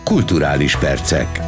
Kulturális percek.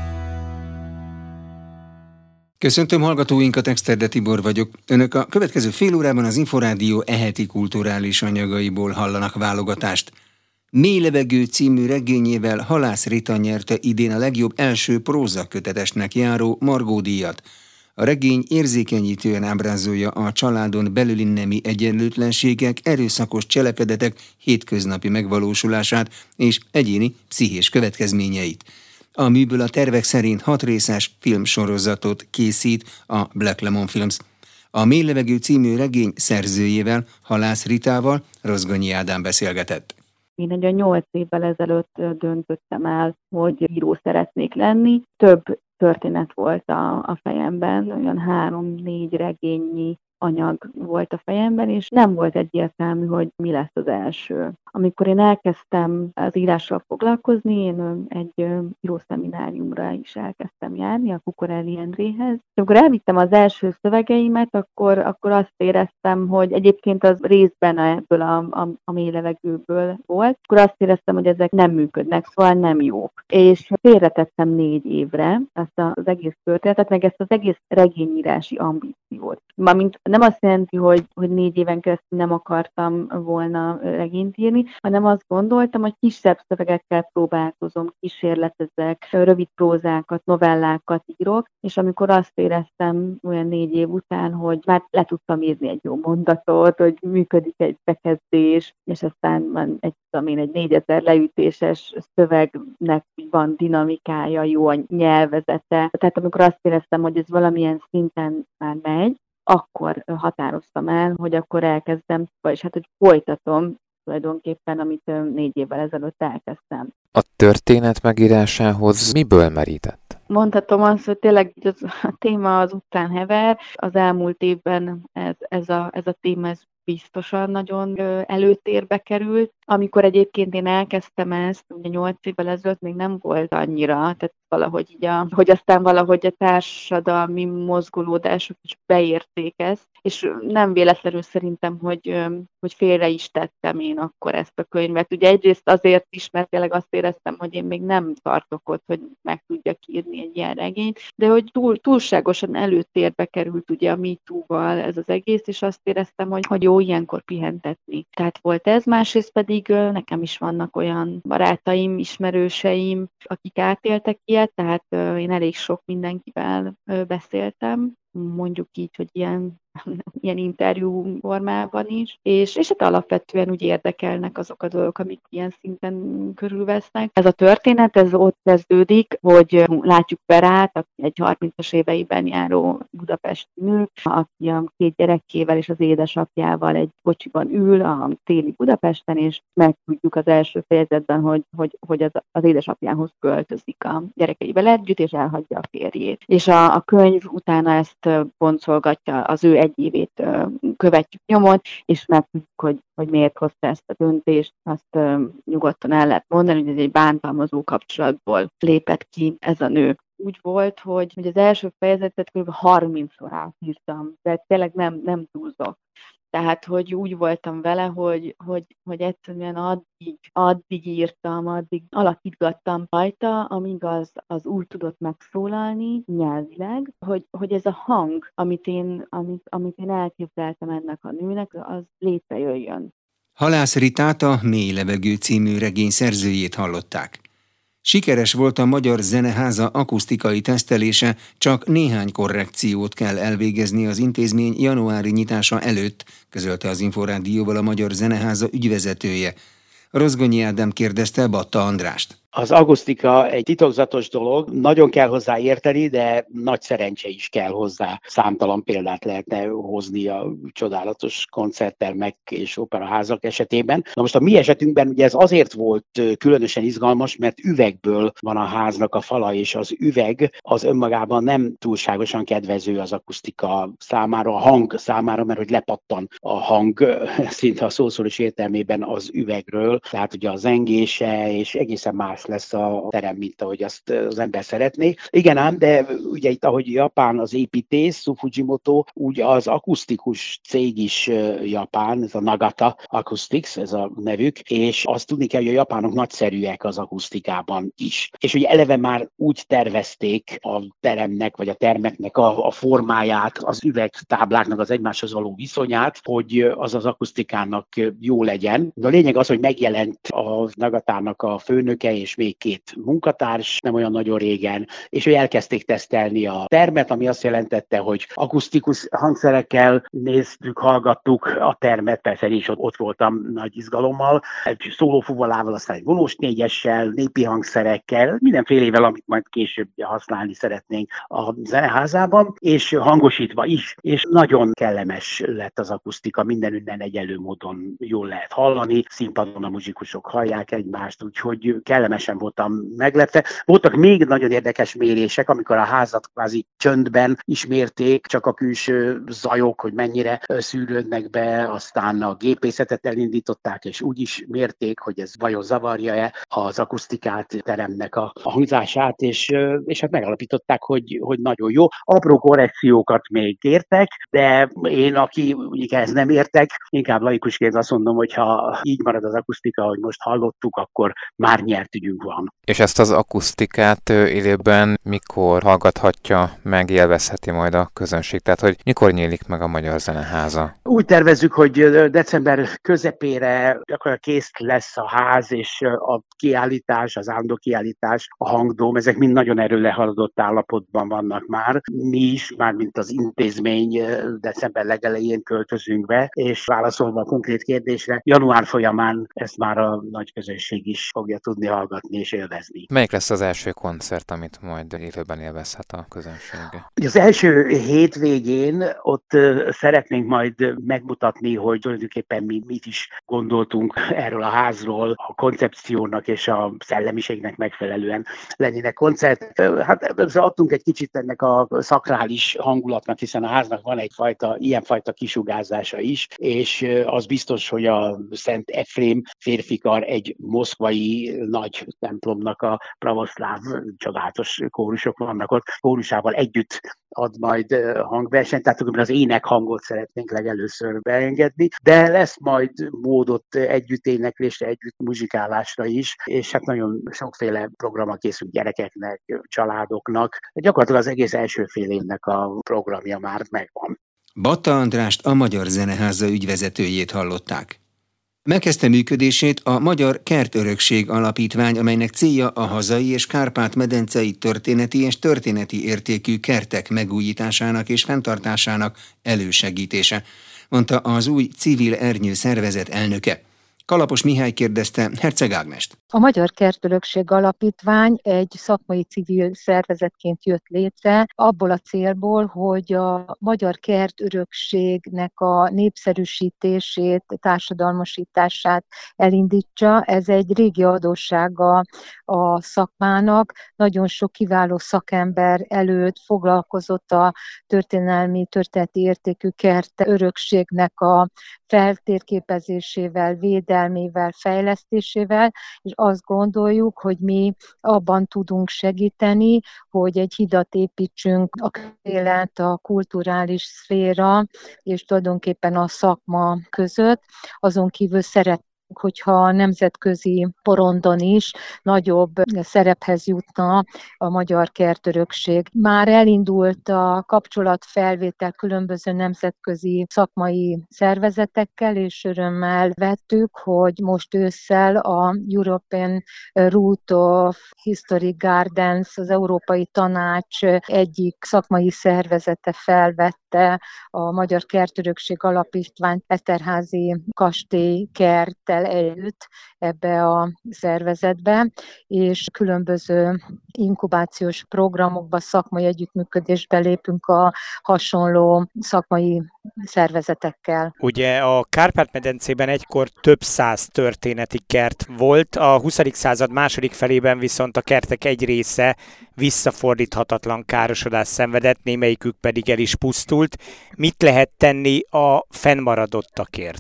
Köszöntöm hallgatóinkat, Exterde Tibor vagyok. Önök a következő fél órában az Inforádió eheti kulturális anyagaiból hallanak válogatást. Mély levegő című regényével Halász Rita nyerte idén a legjobb első prózakötetesnek járó Margó-díjat. A regény érzékenyítően ábrázolja a családon belüli nemi egyenlőtlenségek, erőszakos cselekedetek hétköznapi megvalósulását és egyéni pszichés következményeit. A műből a tervek szerint 6 részes filmsorozatot készít a Black Lemon Films. A Mély levegő című regény szerzőjével, Halász Ritával Rozgonyi Ádám beszélgetett. Én egy 8 évvel ezelőtt döntöttem el, hogy író szeretnék lenni. Több történet volt a fejemben, olyan 3-4 regényi anyag volt a fejemben, és nem volt egyértelmű, hogy mi lesz az első. Amikor én elkezdtem az írással foglalkozni, én egy írószemináriumra is elkezdtem járni, a Kukorelli Endréhez. Amikor elvittem az első szövegeimet, akkor azt éreztem, hogy egyébként az részben ebből a mély levegőből volt, akkor azt éreztem, hogy ezek nem működnek, szóval nem jók. És félretettem 4 évre ezt az egész történetet, meg ezt az egész regényírási ambíciót. Mármint nem azt jelenti, hogy 4 éven keresztül nem akartam volna regényt írni, hanem azt gondoltam, hogy kisebb szövegekkel próbálkozom, kísérletezek, rövid prózákat, novellákat írok, és amikor azt éreztem olyan 4 év után, hogy már le tudtam írni egy jó mondatot, hogy működik egy bekezdés, és aztán van egy 4000 leütéses szövegnek van dinamikája, jó a nyelvezete. Tehát amikor azt éreztem, hogy ez valamilyen szinten már megy, akkor határoztam el, hogy akkor elkezdem, vagyis hogy folytatom tulajdonképpen, amit 4 évvel ezelőtt elkezdtem. A történet megírásához miből merített? Mondhatom azt, hogy tényleg a téma az utcán hever. Az elmúlt évben ez a téma biztosan nagyon előtérbe került. Amikor egyébként én elkezdtem ezt, ugye 8 évvel ezelőtt még nem volt annyira, tehát valahogy így hogy aztán valahogy a társadalmi mozgolódások is beérték ezt, és nem véletlenül szerintem, hogy félre is tettem én akkor ezt a könyvet. Ugye egyrészt azért is, mert tényleg azt éreztem, hogy én még nem tartok ott, hogy meg tudjak írni egy ilyen regényt, de hogy túlságosan előtérbe került ugye a MeToo-val ez az egész, és azt éreztem, hogy jó ilyenkor pihentetni. Tehát volt ez, másrészt pedig nekem is vannak olyan barátaim, ismerőseim, akik átéltek ilyet, tehát én elég sok mindenkivel beszéltem, mondjuk így, hogy ilyen interjú formában is, és hát alapvetően úgy érdekelnek azok a dolgok, amik ilyen szinten körülvesznek. Ez a történet, ez ott kezdődik, hogy látjuk Verát, aki egy 30-as éveiben járó budapesti nő, aki a 2 gyerekével és az édesapjával egy kocsiban ül a téli Budapesten, és megtudjuk az első fejezetben, hogy az édesapjához költözik a gyerekeivel együtt, és elhagyja a férjét. És a könyv utána ezt boncolgatja, az ő egy évét követjük nyomon, és megtudjuk, hogy miért hozta ezt a döntést, azt nyugodtan el lehet mondani, hogy ez egy bántalmazó kapcsolatból lépett ki ez a nő. Úgy volt, hogy az első fejezetet kb. 30-szor átírtam, de tényleg nem túlzok. Tehát, hogy úgy voltam vele, hogy egyszerűen addig írtam, addig alakítgattam rajta, amíg az úgy tudott megszólalni nyelvileg, hogy ez a hang, amit én elképzeltem ennek a nőnek, az létrejöjjön. Halász Ritát, a Mély levegő című regény szerzőjét hallották. Sikeres volt a Magyar Zeneháza akusztikai tesztelése, csak néhány korrekciót kell elvégezni az intézmény januári nyitása előtt, közölte az Inforádióval a Magyar Zeneháza ügyvezetője. Rozgonyi Ádám kérdezte Batta Andrást. Az akusztika egy titokzatos dolog, nagyon kell hozzá érteni, de nagy szerencse is kell hozzá. Számtalan példát lehetne hozni a csodálatos koncerttermek és operaházak esetében. Na most a mi esetünkben ugye ez azért volt különösen izgalmas, mert üvegből van a háznak a fala, és az üveg az önmagában nem túlságosan kedvező az akusztika számára, a hang számára, mert hogy lepattan a hang szinte a szószoros értelmében az üvegről, tehát ugye a zengése és egészen más lesz a terem, mint ahogy azt az ember szeretné. Igen ám, de ugye itt, ahogy Japán az építész, Fujimoto, úgy az akusztikus cég is japán, ez a Nagata Acoustics, ez a nevük, és azt tudni kell, hogy a japánok nagyszerűek az akusztikában is. És ugye eleve már úgy tervezték a teremnek, vagy a termeknek a formáját, az üvegtábláknak az egymáshoz való viszonyát, hogy az akusztikának jó legyen. De a lényeg az, hogy megjelent a Nagatának a főnöke és még 2 munkatárs, nem olyan nagyon régen, és hogy elkezdték tesztelni a termet, ami azt jelentette, hogy akusztikus hangszerekkel néztük, hallgattuk a termet, persze én is ott voltam nagy izgalommal, egy szólófuvalával, aztán egy vonós 4-essel, népi hangszerekkel, mindenfélével, amit majd később használni szeretnénk a zeneházában, és hangosítva is, és nagyon kellemes lett az akusztika, mindenünnen egyenlő módon jól lehet hallani, színpadon a muzsikusok hallják egymást, úgyhogy kellemesen voltam meglepve. Voltak még nagyon érdekes mérések, amikor a házat kvázi csöndben ismérték, csak a külső zajok, hogy mennyire szűrődnek be, aztán a gépészetet elindították, és úgy is mérték, hogy ez vajon zavarja-e az akusztikát, teremnek a hangzását, és hát megalapították, hogy nagyon jó. Apró korrekciókat még értek, de én, aki ugye ehhez nem értek, inkább laikusként azt mondom, hogy ha így marad az akusztika, ahogy most hallottuk, akkor már nyert ügyünk van. És ezt az akusztikát élőben mikor hallgathatja, megélvezheti majd a közönség? Tehát, hogy mikor nyílik meg a Magyar Zeneháza? Úgy tervezzük, hogy december közepére gyakorlatilag kész lesz a ház, és a kiállítás, az állandó kiállítás, a hangdóm, ezek mind nagyon erőlehaladott állapotban vannak már. Mi is, mármint az intézmény december legelején költözünk be, és válaszolva a konkrét kérdésre, január folyamán ezt már a nagy közönség is fogja tudni hallgatni és élvezni. Melyik lesz az első koncert, amit majd élőben élvezhet a közönség? Az első hétvégén ott szeretnénk majd megmutatni, hogy tulajdonképpen mi mit is gondoltunk erről a házról, a koncepciónak és a szellemiségnek megfelelően lennének koncert. Hát adtunk egy kicsit ennek a szakrális hangulatnak, hiszen a háznak van egyfajta, ilyenfajta kisugárzása is, és az biztos, hogy a Szent Efrém férfikar egy moszkvai nagy templomnak a pravoszláv csodálatos kórusok vannak ott, kórusával együtt ad majd hangversenyt, tehát az énekhangot szeretnénk legelőször beengedni, de lesz majd módot együtt éneklésre, együtt muzsikálásra is, és hát nagyon sokféle programra készült gyerekeknek, családoknak. Gyakorlatilag az egész első fél évnek a programja már megvan. Batta Andrást, a Magyar Zeneháza ügyvezetőjét hallották. Megkezdte működését a Magyar Kertörökség Alapítvány, amelynek célja a hazai és Kárpát-medencei történeti és történeti értékű kertek megújításának és fenntartásának elősegítése, mondta az új civil ernyő szervezet elnöke. Kalapos Mihály kérdezte Herceg Ágnest. A Magyar Kertörökség Alapítvány egy szakmai civil szervezetként jött létre, abból a célból, hogy a magyar kertörökségnek a népszerűsítését, társadalmasítását elindítsa. Ez egy régi adóssága a szakmának. Nagyon sok kiváló szakember előtt foglalkozott a történeti értékű kertörökségnek a feltérképezésével, védelmével, fejlesztésével, és azt gondoljuk, hogy mi abban tudunk segíteni, hogy egy hidat építsünk a közélet, a kulturális szféra, és tulajdonképpen a szakma között. Azon kívül hogyha a nemzetközi porondon is nagyobb szerephez jutna a magyar kertörökség. Már elindult a kapcsolatfelvétel különböző nemzetközi szakmai szervezetekkel, és örömmel vettük, hogy most ősszel a European Route of Historic Gardens, az Európai Tanács egyik szakmai szervezete felvette a Magyar Kertörökség Alapítvány Eszterházi kastélykerttel együtt ebbe a szervezetbe, és különböző inkubációs programokba, szakmai együttműködésbe lépünk a hasonló szakmai szervezetekkel. Ugye a Kárpát-medencében egykor több száz történeti kert volt, a 20. század második felében viszont a kertek egy része visszafordíthatatlan károsodást szenvedett, némelyikük pedig el is pusztult. Mit lehet tenni a fennmaradottakért?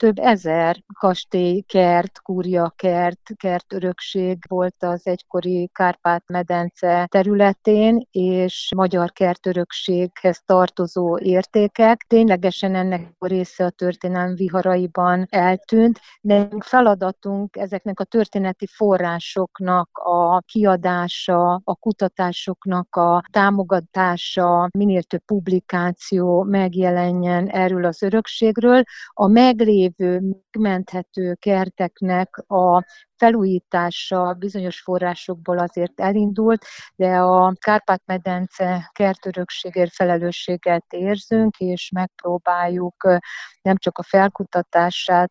több ezer kastélykert, kúriakert, kertörökség volt az egykori Kárpát-medence területén, és magyar kertörökséghez tartozó értékek. Ténylegesen ennek a része a történelem viharaiban eltűnt, de feladatunk ezeknek a történeti forrásoknak a kiadása, a kutatásoknak a támogatása, minél több publikáció megjelenjen erről az örökségről. A meglévő, megmenthető kerteknek a felújítása bizonyos forrásokból azért elindult, de a Kárpát-medence kertörökségért felelősséget érzünk, és megpróbáljuk nem csak a felkutatását,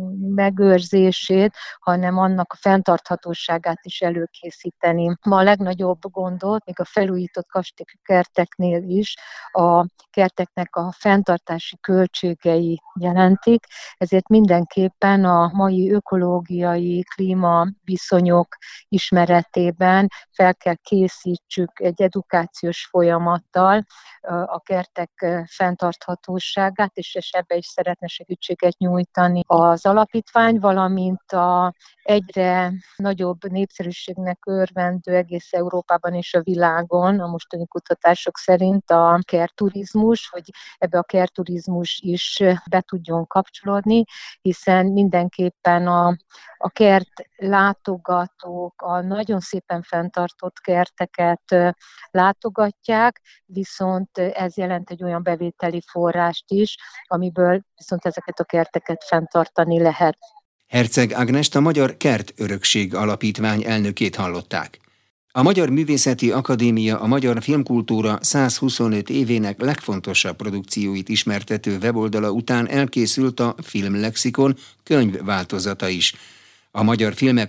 megőrzését, hanem annak a fenntarthatóságát is előkészíteni. Ma a legnagyobb gondot, még a felújított kastélykerteknél is, a kerteknek a fenntartási költségei jelentik, ezért mindenképpen a mai ökológiai klímaviszonyok ismeretében fel kell készítsük egy edukációs folyamattal a kertek fenntarthatóságát, és ebbe is szeretne segítséget nyújtani az alapítvány, valamint a egyre nagyobb népszerűségnek örvendő egész Európában és a világon, a mostani kutatások szerint a kertturizmus, hogy ebbe a kertturizmus is be tudjon kapcsolódni, hiszen mindenképpen a kert látogatók a nagyon szépen fenntartott kerteket látogatják, viszont ez jelent egy olyan bevételi forrást is, amiből viszont ezeket a kerteket fenntartani lehet. Herceg Ágnest, a Magyar Kertörökség Alapítvány elnökét hallották. A Magyar Művészeti Akadémia a magyar filmkultúra 125 évének legfontosabb produkcióit ismertető weboldala után elkészült a Filmlexikon könyvváltozata is. A magyar filmek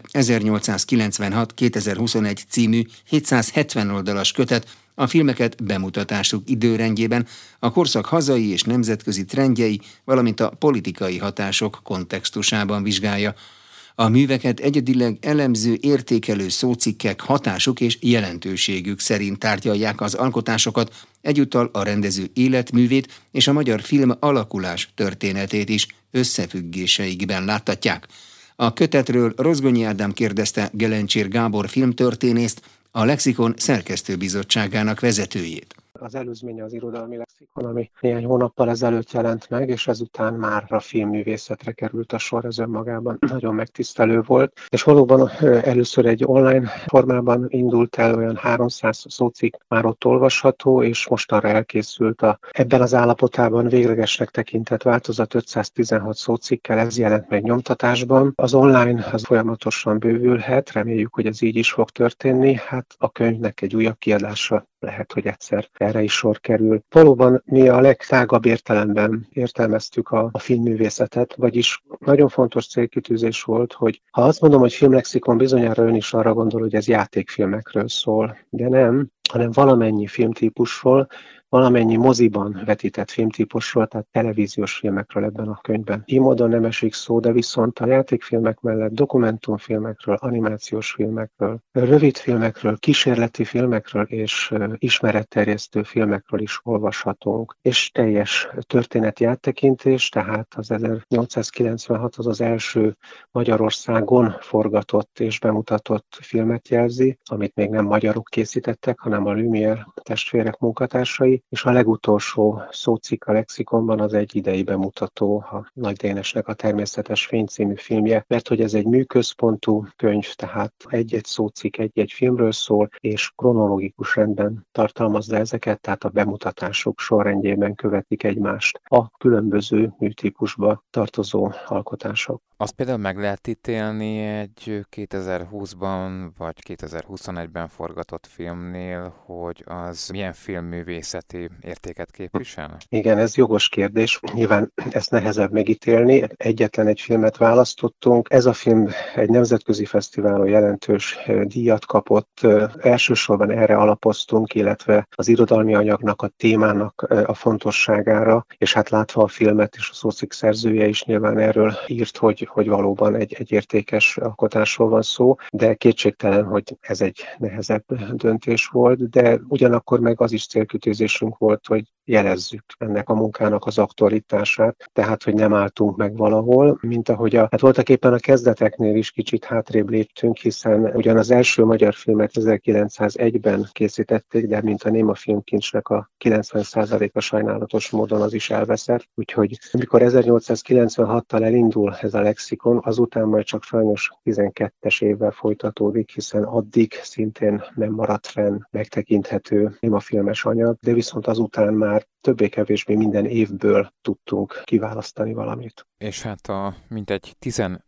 1896-2021 című 770 oldalas kötet a filmeket bemutatásuk időrendjében, a korszak hazai és nemzetközi trendjei, valamint a politikai hatások kontextusában vizsgálja. A műveket egyedileg elemző, értékelő szócikkek hatásuk és jelentőségük szerint tárgyalják az alkotásokat, egyúttal a rendező életművét és a magyar film alakulás történetét is összefüggéseikben láttatják. A kötetről Rozgonyi Ádám kérdezte Gelencsér Gábor filmtörténészt, a Lexikon szerkesztőbizottságának vezetőjét. Az előzménye az irodalmi lexikon, ami néhány hónappal ezelőtt jelent meg, és ezután már a filmművészetre került a sor, ez önmagában nagyon megtisztelő volt. És valóban először egy online formában indult el, olyan 300 szócikk már ott olvasható, és mostanra elkészült ebben az állapotában véglegesnek tekintett változat 516 szócikkel, ez jelent meg nyomtatásban. Az online az folyamatosan bővülhet, reméljük, hogy ez így is fog történni. Hát a könyvnek egy újabb kiadása lehet, hogy egyszer erre is sor kerül. Valóban mi a legtágabb értelemben értelmeztük a filmművészetet, vagyis nagyon fontos célkitűzés volt, hogy ha azt mondom, hogy filmlexikon, bizonyára ön is arra gondol, hogy ez játékfilmekről szól, de nem, hanem valamennyi filmtípusról, valamennyi moziban vetített filmtípusról, tehát televíziós filmekről ebben a könyvben. Így módon nem esik szó, de viszont a játékfilmek mellett dokumentumfilmekről, animációs filmekről, rövidfilmekről, kísérleti filmekről és ismeretterjesztő filmekről is olvashatunk. És teljes történeti áttekintés, tehát az 1896 az első Magyarországon forgatott és bemutatott filmet jelzi, amit még nem magyarok készítettek, hanem a Lumière testvérek munkatársai, és a legutolsó szócikk a lexikonban az egy idei bemutató, a Nagy Dénesnek a Természetes Fény című filmje, mert hogy ez egy műközpontú könyv, tehát egy-egy szócikk egy-egy filmről szól, és kronológikus rendben tartalmazza ezeket, tehát a bemutatások sorrendjében követik egymást a különböző műtípusba tartozó alkotások. Azt például meg lehet ítélni egy 2020-ban vagy 2021-ben forgatott filmnél, hogy az milyen filmművészeti értéket képvisel? Igen, ez jogos kérdés. Nyilván ezt nehezebb megítélni. Egyetlen egy filmet választottunk. Ez a film egy nemzetközi fesztiválon jelentős díjat kapott. Elsősorban erre alapoztunk, illetve az irodalmi anyagnak, a témának a fontosságára, és hát látva a filmet, és a szócikk szerzője is nyilván erről írt, hogy valóban egy értékes alkotásról van szó, de kétségtelen, hogy ez egy nehezebb döntés volt, de ugyanakkor meg az is célkitűzésünk volt, hogy jelezzük ennek a munkának az aktualitását, tehát hogy nem álltunk meg valahol, mint ahogy hát voltak éppen a kezdeteknél is kicsit hátrébb léptünk, hiszen ugyan az első magyar filmet 1901-ben készítették, de mint a néma filmkincsnek a 90%-a sajnálatos módon az is elveszett, úgyhogy amikor 1896-tal elindul ez a lexikon, azután majd csak sajnos 12-es évvel folytatódik, hiszen addig szintén nem maradt fenn megtekinthető némafilmes anyag, de viszont azután már többé-kevésbé minden évből tudtunk kiválasztani valamit. És hát a mintegy 15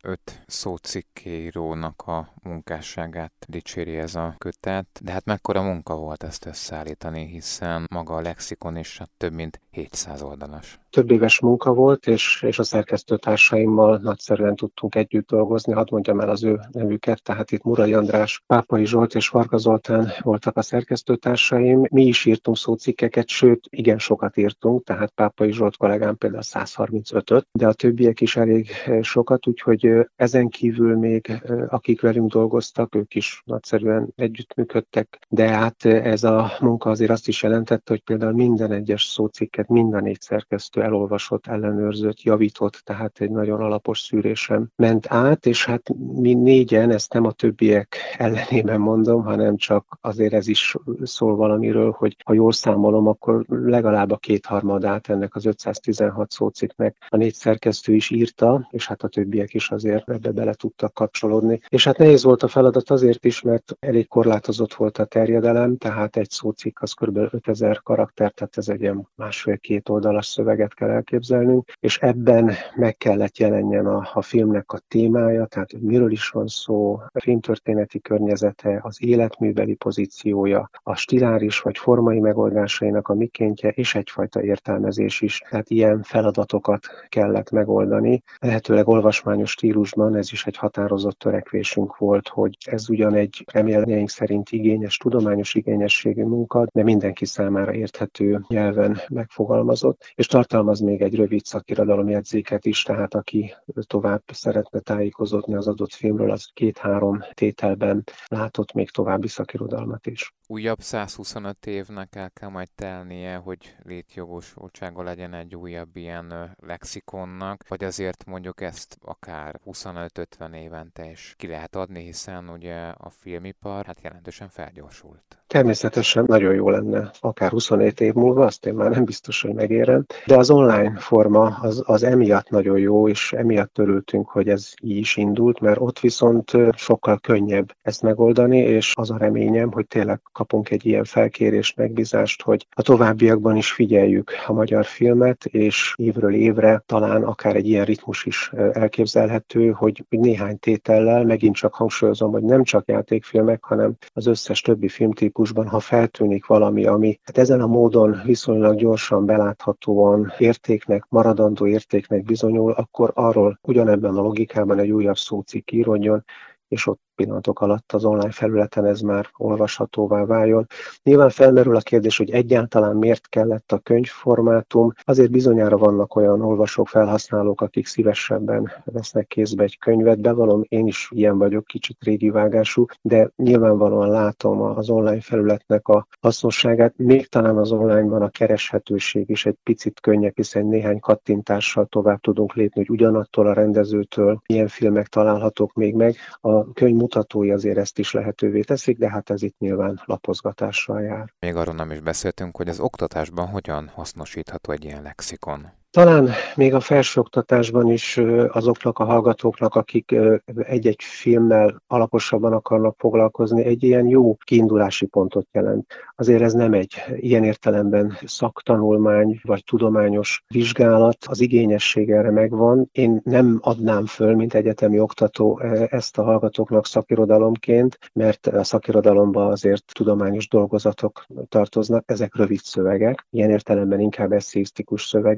szócikkéírónak a munkásságát dicséri ez a kötet, de hát mekkora munka volt ezt összeállítani, hiszen maga a lexikon is hát több mint 700 oldalas. Több éves munka volt, és a szerkesztőtársaimmal nagyszerűen tudtunk együtt dolgozni, hadd mondjam el az ő nevüket, tehát itt Murai András, Pápai Zsolt és Varga Zoltán voltak a szerkesztőtársaim. Mi is írtunk szócikkeket, sőt, igen sokat írtunk, tehát Pápai Zsolt kollégám például 135-öt, de a többiek is elég sokat, úgyhogy ezen kívül még akik velünk dolgoztak, ők is nagyszerűen együttműködtek, de hát ez a munka azért azt is jelentette, hogy például minden egyes szócikket minden 4 szerkesztő elolvasott, ellenőrzött, javított, tehát egy nagyon alapos szűrésem ment át, és hát mi 4-en, ezt nem a többiek ellenében mondom, hanem csak azért ez is szól valamiről, hogy ha jól számolom, akkor legalább a 2/3 ennek az 516 szócikknek a 4 szerkesztő is írta, és hát a többiek is azért ebbe bele tudtak kapcsolódni. És hát nehéz volt a feladat azért is, mert elég korlátozott volt a terjedelem, tehát egy szócikk az kb. 5000 karakter, tehát ez egy ilyen 1,5-2 oldalas szöveget kell elképzelnünk, és ebben meg kellett jelenjen a filmnek a témája, tehát miről is van szó, a filmtörténeti környezete, az életműbeli pozíciója, a stiláris vagy formai megoldásainak a mikéntje, és egyfajta értelmezés is. Tehát ilyen feladatokat kellett megoldani. Lehetőleg olvasmányos stílusban ez is egy határozott törekvésünk volt, hogy ez ugyan egy reményeink szerint igényes, tudományos igényességű munka, de mindenki számára érthető nyelven megfogalmazott, és tartalmaz még egy rövid szakirodalomjegyzéket is, tehát aki tovább szeretne tájékozódni az adott filmről, az 2-3 tételben látott még további szakirodalmat is. Újabb 125 évnek el kell majd telnie, hogy létjogosultsága legyen egy újabb ilyen lexikonnak, vagy azért mondjuk ezt akár 25-50 évente is ki lehet adni, hiszen ugye a filmipar hát jelentősen felgyorsult. Természetesen nagyon jó lenne, akár 27 év múlva, azt én már nem biztos, hogy megérem, de az online forma az emiatt nagyon jó, és emiatt örültünk, hogy ez így is indult, mert ott viszont sokkal könnyebb ezt megoldani, és az a reményem, hogy tényleg kapunk egy ilyen felkérést, megbízást, hogy a továbbiakban is figyeljük a magyar filmet, és évről évre talán akár egy ilyen ritmus is elképzelhető, hogy néhány tétellel, megint csak hangsúlyozom, hogy nem csak játékfilmek, hanem az összes többi filmtípusban, ha feltűnik valami, ami hát ezen a módon viszonylag gyorsan, beláthatóan értéknek, maradandó értéknek bizonyul, akkor arról ugyanebben a logikában egy újabb szócikk íródjon, és ott pillanatok alatt az online felületen ez már olvashatóvá váljon. Nyilván felmerül a kérdés, hogy egyáltalán miért kellett a könyvformátum. Azért bizonyára vannak olyan olvasók, felhasználók, akik szívesebben vesznek kézbe egy könyvet. Bevallom, én is ilyen vagyok, kicsit régi vágású, de nyilvánvalóan látom az online felületnek a hasznosságát. Még talán az onlineban a kereshetőség is egy picit könnyebb, hiszen néhány kattintással tovább tudunk lépni, hogy ugyanattól a rendezőtől milyen filmek találhatók még meg. A könyv mutatói azért ezt is lehetővé teszik, de hát ez itt nyilván lapozgatással jár. Még arról nem is beszéltünk, hogy az oktatásban hogyan hasznosítható egy ilyen lexikon. Talán még a felsőoktatásban is azoknak a hallgatóknak, akik egy-egy filmmel alaposabban akarnak foglalkozni, egy ilyen jó kiindulási pontot jelent. Azért ez nem egy ilyen értelemben szaktanulmány vagy tudományos vizsgálat, az igényesség erre megvan. Én nem adnám föl, mint egyetemi oktató ezt a hallgatóknak szakirodalomként, mert a szakirodalomban azért tudományos dolgozatok tartoznak, ezek rövid szövegek, ilyen értelemben inkább eszéisztikus szövegek.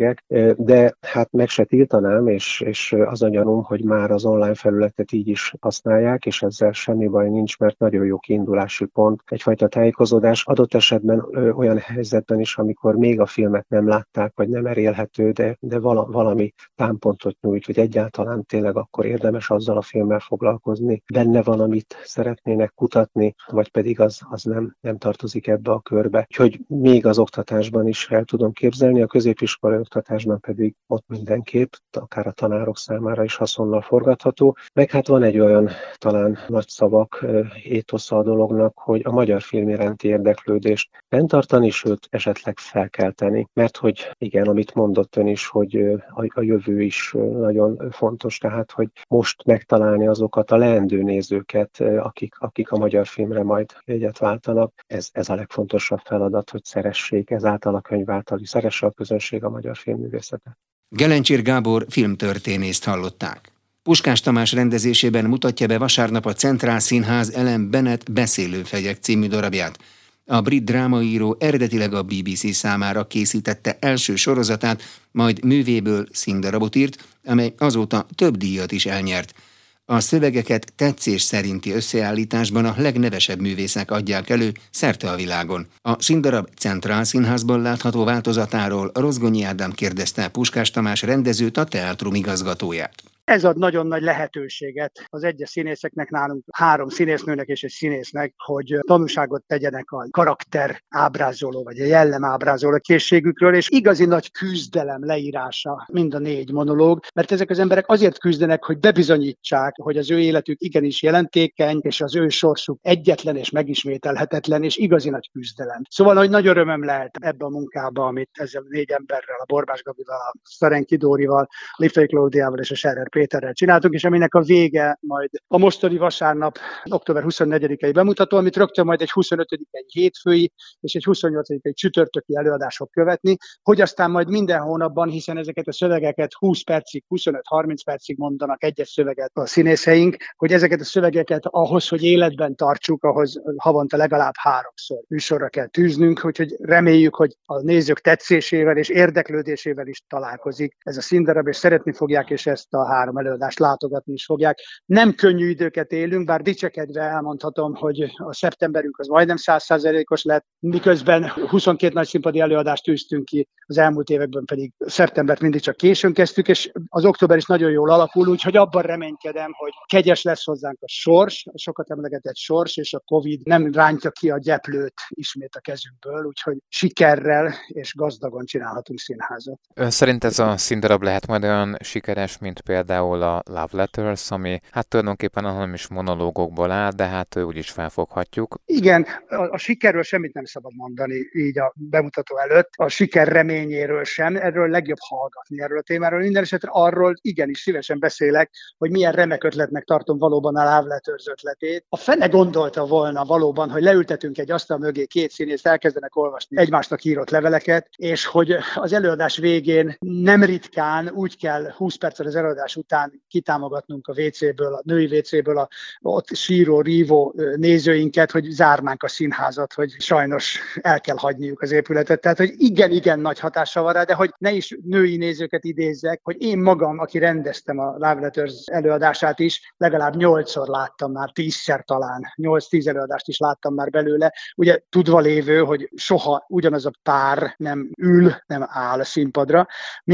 de hát meg se tiltanám, és az a gyanúm, hogy már az online felületet így is használják, és ezzel semmi baj nincs, mert nagyon jó kiindulási pont, egyfajta tájékozódás, adott esetben olyan helyzetben is, amikor még a filmet nem látták, vagy nem elérhető, de valami támpontot nyújt, hogy egyáltalán tényleg akkor érdemes azzal a filmmel foglalkozni, benne van, amit szeretnének kutatni, vagy pedig az nem tartozik ebbe a körbe. Úgyhogy még az oktatásban is el tudom képzelni, a középiskolai oktatásban pedig ott mindenképp, akár a tanárok számára is haszonnal forgatható. Meg hát van egy olyan talán nagy szavak étosza a dolognak, hogy a magyar film iránti érdeklődést fenntartani, sőt esetleg felkelteni. Mert hogy igen, amit mondott ön is, hogy a jövő is nagyon fontos, tehát hogy most megtalálni azokat a leendő nézőket, akik a magyar filmre majd jegyet váltanak. Ez a legfontosabb feladat, hogy szeressék ezáltal a könyv által is, szeresse a közönség a magyar filmművészetet. Gelencsér Gábor filmtörténészt hallották. Puskás Tamás rendezésében mutatja be vasárnap a Centrál Színház Ellen Bennett Beszélőfegyek című darabját. A brit drámaíró eredetileg a BBC számára készítette első sorozatát, majd művéből színdarabot írt, amely azóta több díjat is elnyert. A szövegeket tetszés szerinti összeállításban a legnevesebb művészek adják elő szerte a világon. A színdarab Centrál Színházban látható változatáról Rozgonyi Ádám kérdezte Puskás Tamás rendezőt, a teátrum igazgatóját. Ez ad nagyon nagy lehetőséget az egyes színészeknek, nálunk 3 színésznőnek és egy színésznek, hogy tanúságot tegyenek a karakter ábrázoló, vagy a jellem ábrázoló készségükről, és igazi nagy küzdelem leírása mind a 4 monológ, mert ezek az emberek azért küzdenek, hogy bebizonyítsák, hogy az ő életük igenis jelentékeny, és az ő sorsuk egyetlen és megismételhetetlen, és igazi nagy küzdelem. Szóval, hogy nagy örömöm lehet ebbe a munkába, amit ezzel 4 emberrel, a Borbás Gabival, a Szarenki Dórival, Lifei Klaudiával és a Scherer Péterrel csináltunk, és aminek a vége majd a mostani vasárnap, október 24-i bemutató, amit rögtön majd egy 25-i hétfői és egy 28-i csütörtöki előadás fog követni, hogy aztán majd minden hónapban, hiszen ezeket a szövegeket 20 percig, 25-30 percig mondanak egyes szöveget a színészeink, hogy ezeket a szövegeket ahhoz, hogy életben tartsuk, ahhoz havonta legalább 3-szor műsorra kell tűznünk, úgyhogy reméljük, hogy a nézők tetszésével és érdeklődésével is találkozik ez a színdarab, és szeretni fogják, és ezt a 3 előadást látogatni is fogják. Nem könnyű időket élünk, bár dicsekedve elmondhatom, hogy a szeptemberünk az majdnem 100%-os lett, miközben 22 nagy színpadi előadást tűztünk ki, az elmúlt években pedig szeptembert mindig csak későn kezdtük, és az október is nagyon jól alakul, úgyhogy abban reménykedem, hogy kegyes lesz hozzánk a sors, a sokat emlegetett sors, és a Covid nem rántja ki a gyeplőt ismét a kezünkből, úgyhogy sikerrel és gazdagon csinálhatunk színházat. Ön szerint ez a színdarab lehet majd olyan sikeres, mint például a Love Letters, ami hát tulajdonképpen nem is monológokból áll, de hát úgyis felfoghatjuk. Igen, a sikerről semmit nem szabad mondani így a bemutató előtt, a siker reményéről sem, erről legjobb hallgatni erről a témáról. Minden esetre arról igenis szívesen beszélek, hogy milyen remek ötletnek tartom valóban a Love Letters ötletét. A fene gondolta volna valóban, hogy leültetünk egy asztal mögé 2 színészt, elkezdenek olvasni egymásnak írott leveleket, és hogy az előadás végén nem ritkán úgy kell 20 perccel az előadás után kitámogatnunk a WC-ből, a női WC-ből a ott síró, rívó nézőinket, hogy zárnánk a színházat, hogy sajnos el kell hagyniuk az épületet. Tehát, hogy igen nagy hatással van rá, de hogy ne is női nézőket idézzek, hogy én magam, aki rendeztem a Love Letters előadását is, legalább 8-szor láttam már, 10-szer talán, 8-10 előadást is láttam már belőle. Ugye tudva lévő, hogy soha ugyanaz a pár nem ül, nem áll a színpadra,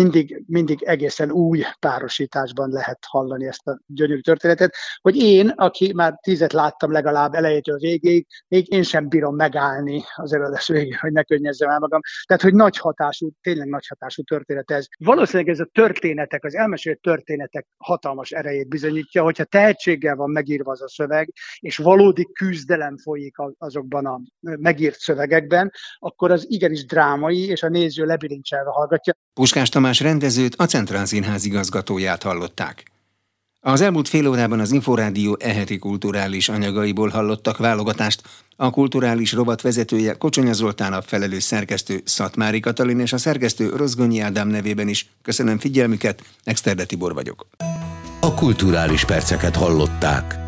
mindig egészen új párosításban lehet hallani ezt a gyönyörű történetet, hogy én, aki már 10-et láttam legalább elejétől végéig, még én sem bírom megállni az előadás végén, hogy ne könnyezzem el magam. Tehát, hogy tényleg nagy hatású történet ez. Valószínűleg ez a történetek, az elmesélt történetek hatalmas erejét bizonyítja, hogyha tehetséggel van megírva az a szöveg, és valódi küzdelem folyik azokban a megírt szövegekben, akkor az igenis drámai, és a néző lebilincselve hallgatja. Puskás Tamás rendezőt, a Centrál Színház igazgatóját hallották. Az elmúlt fél órában az Inforádió e-heti kulturális anyagaiból hallottak válogatást. A kulturális rovat vezetője Kocsonya Zoltán, a felelős szerkesztő Szatmári Katalin és a szerkesztő Rozgonyi Ádám nevében is köszönöm figyelmüket, Exterde Tibor vagyok. A kulturális perceket hallották.